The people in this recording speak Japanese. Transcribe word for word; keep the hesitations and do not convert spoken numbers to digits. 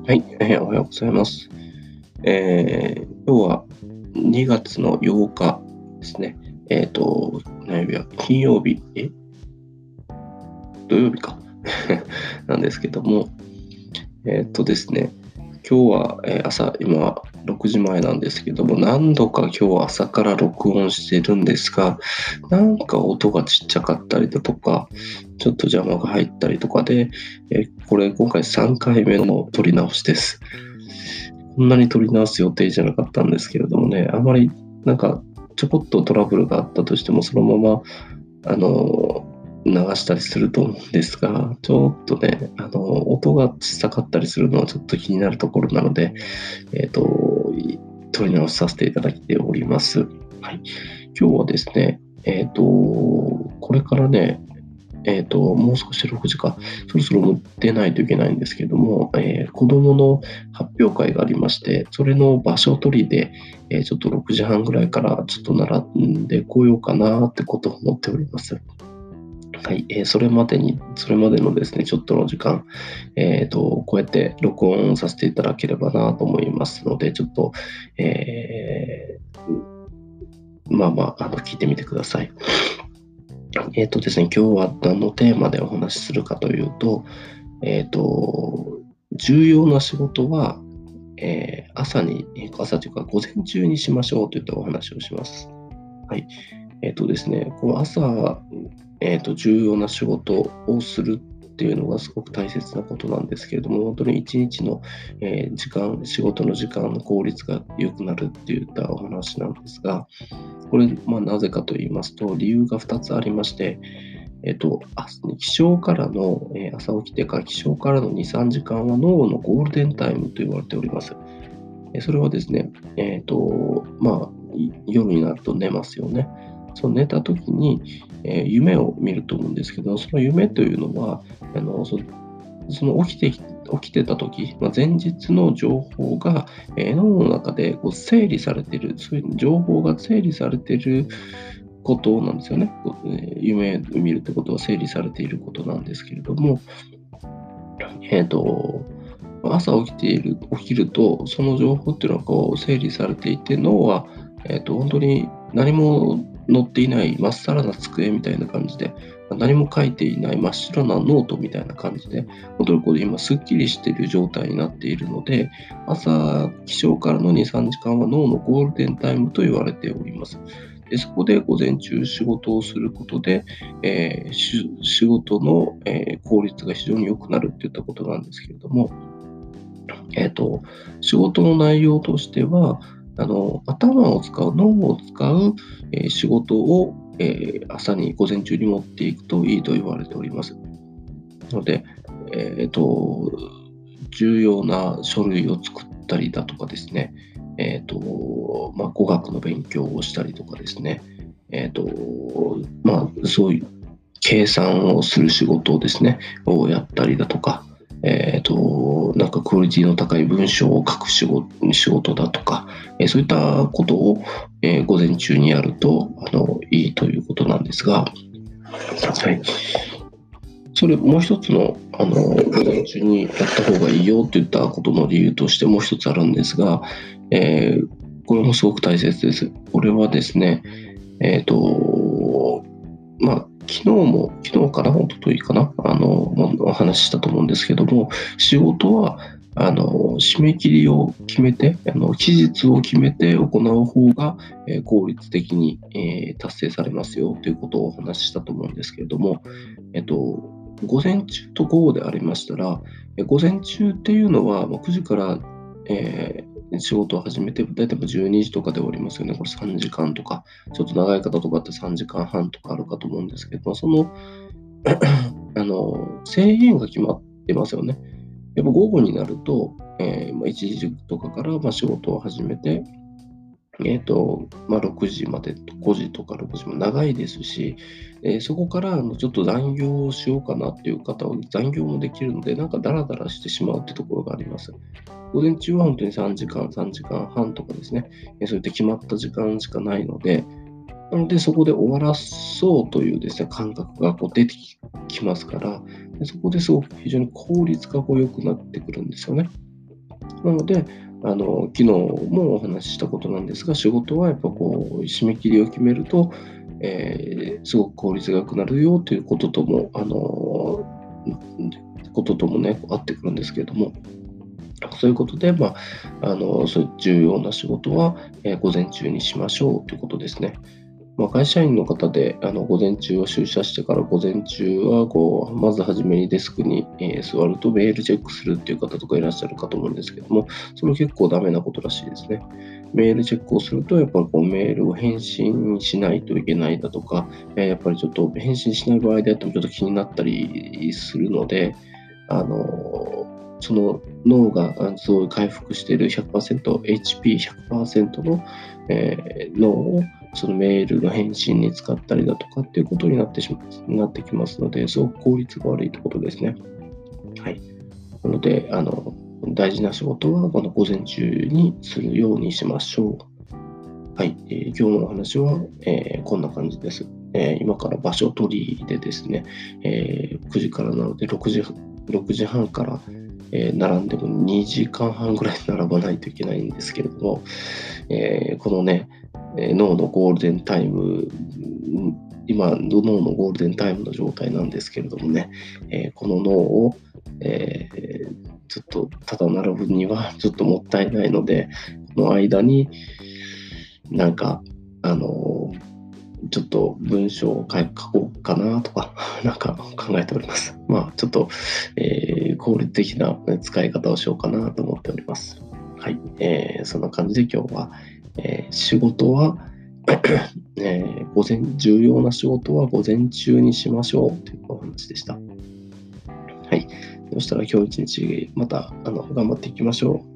はい、えーおはようございます。えー今日はにがつのようかですね。えっ、と、何曜日は金曜日、え土曜日かなんですけども、えっ、とですね、今日は、えー朝、今ろくじまえなんですけども、何度か今日は朝から録音してるんですが、なんか音がちっちゃかったりだとか、ちょっと邪魔が入ったりとかで、えーこれ今回さんかいめの撮り直しです。こんなに撮り直す予定じゃなかったんですけれどもね、あまりなんかちょこっとトラブルがあったとしても、そのままあの流したりすると思うんですが、ちょっとね、あの音が小さかったりするのはちょっと気になるところなので、えっ、と、撮り直しさせていただいております。はい、今日はですね、えっ、と、これからね、えっ、と、もう少しろくじか、そろそろ出ないといけないんですけども、えー、子供の発表会がありまして、それの場所取りで、えー、ちょっとろくじはんぐらいからちょっと並んでこようかなってことを思っております。はい、えー、それまでに、それまでのですね、ちょっとの時間、えっ、と、こうやって録音させていただければなと思いますので、ちょっと、えー、まあまあ、あの、聞いてみてください。えっ、とですね、今日は何のテーマでお話しするかというと、えっ、と、重要な仕事は、えー朝に、朝というか午前中にしましょうといったお話をします。はい。えっ、とですね、こう朝、えっ、と、重要な仕事をするっていうのがすごく大切なことなんですけれども、本当に一日の、えー時間、仕事の時間の効率が良くなるっていったお話なんですが、これ、まあ、なぜかと言いますと、理由がふたつありまして、えっと、あ起床からの、えー朝起きてから起床からのに、さんじかんは脳のゴールデンタイムと言われております。えそれはですね、えっと、まあ、い夜になると寝ますよね。その寝た時に、えー夢を見ると思うんですけど、その夢というのは、あのそその起きてき起きてた時、まあ、前日の情報が、えー脳の中でこう整理されている、そういう情報が整理されていることなんですよね。こうえー夢を見るってことは整理されていることなんですけれども、えっと、朝起きている、起きると、その情報っていうのはこう整理されていて、脳は、えっと、本当に何も載っていないまっさらな机みたいな感じで、何も書いていない真っ白なノートみたいな感じで、本当にこう今すっきりしている状態になっているので、朝、起床からのに、さんじかんは脳のゴールデンタイムと言われております。でそこで午前中仕事をすることで、えーし仕事の、えー効率が非常に良くなるっていったことなんですけれども、えっと、仕事の内容としては、あの、頭を使う、脳を使う、えー仕事を、えー朝に午前中に持っていくといいと言われております。ので、えっと、重要な書類を作ったりだとかですね、えっと、まあ、語学の勉強をしたりとかですね、えっと、まあ、そういう計算をする仕事をですね、をやったりだとか、えっと、なんかクオリティの高い文章を書く仕事仕事だとか、えーそういったことを、えー午前中にやるとあのいいということなんですが、はい、それもう一つの、あの午前中にやった方がいいよといったことの理由としてもう一つあるんですが、えーこれもすごく大切です。これはですね、えっ、と、まあ、昨日も、昨日から一昨日かな、あの、お話ししたと思うんですけども、仕事は、あの、締め切りを決めて、あの、期日を決めて行う方が、えー効率的に、えー達成されますよということをお話ししたと思うんですけれども、えっと、午前中と午後でありましたら、え午前中っていうのは、まあくじから、えー仕事を始めて、大体じゅうにじとかで終わりますよね。これさんじかんとか、ちょっと長い方とかってさんじかんはんとかあるかと思うんですけど、そのあの制限が決まってますよね。やっぱ午後になると、えーまあ、いちじとかからまあ仕事を始めて、えーとまあ、ろくじまで、ごじとかろくじも長いですし、えーそこからあのちょっと残業をしようかなっていう方は残業もできるので、なんかダラダラしてしまうってところがあります。午前中は本当にさんじかん、さんじかんはんとかですね、えーそういった決まった時間しかないので、なのでそこで終わらそうというですね、感覚がこう出てきますから、でそこですごく非常に効率がこう良くなってくるんですよね。 なので、あの昨日もお話ししたことなんですが、仕事はやっぱこう締め切りを決めると、えーすごく効率が良くなるよということとも、あのことともね、合ってくるんですけれども、そういうことで、まあ、あのそういう重要な仕事は、えー午前中にしましょうということですね。まあ、会社員の方であの午前中は出社してから午前中はこうまず初めにデスクに、えー座るとメールチェックするっていう方とかいらっしゃるかと思うんですけども、それ結構ダメなことらしいですね。メールチェックをすると、やっぱりこうメールを返信しないといけないだとか、えーやっぱりちょっと返信しない場合であってもちょっと気になったりするので、あのその脳があのすごい回復しているひゃくパーセント、エイチピーひゃくパーセント の、えー脳をそのメールの返信に使ったりだとかっていうことになってしまう、なってきますので、すごく効率が悪いということですね。はい。なので、あの、大事な仕事はこの午前中にするようにしましょう。はい。えー今日のお話は、えーこんな感じです。えー今から場所取りでですね、えーくじからなのでろくじ、ろくじはんから、えー並んでもにじかんはんぐらい並ばないといけないんですけれども、えーこのね、えー脳のゴールデンタイム、うん今、脳のゴールデンタイムの状態なんですけれどもね、えーこの脳を、えーちょっとただ並ぶにはちょっともったいないので、この間になんか、あのーちょっと文章を書こうかなとか、なんか考えております。まあ、ちょっと、えー効率的な使い方をしようかなと思っております。はい、えーそんな感じで今日は、えー仕事は、えー午前、重要な仕事は午前中にしましょうというお話でした。はい。そしたら今日一日またあの頑張っていきましょ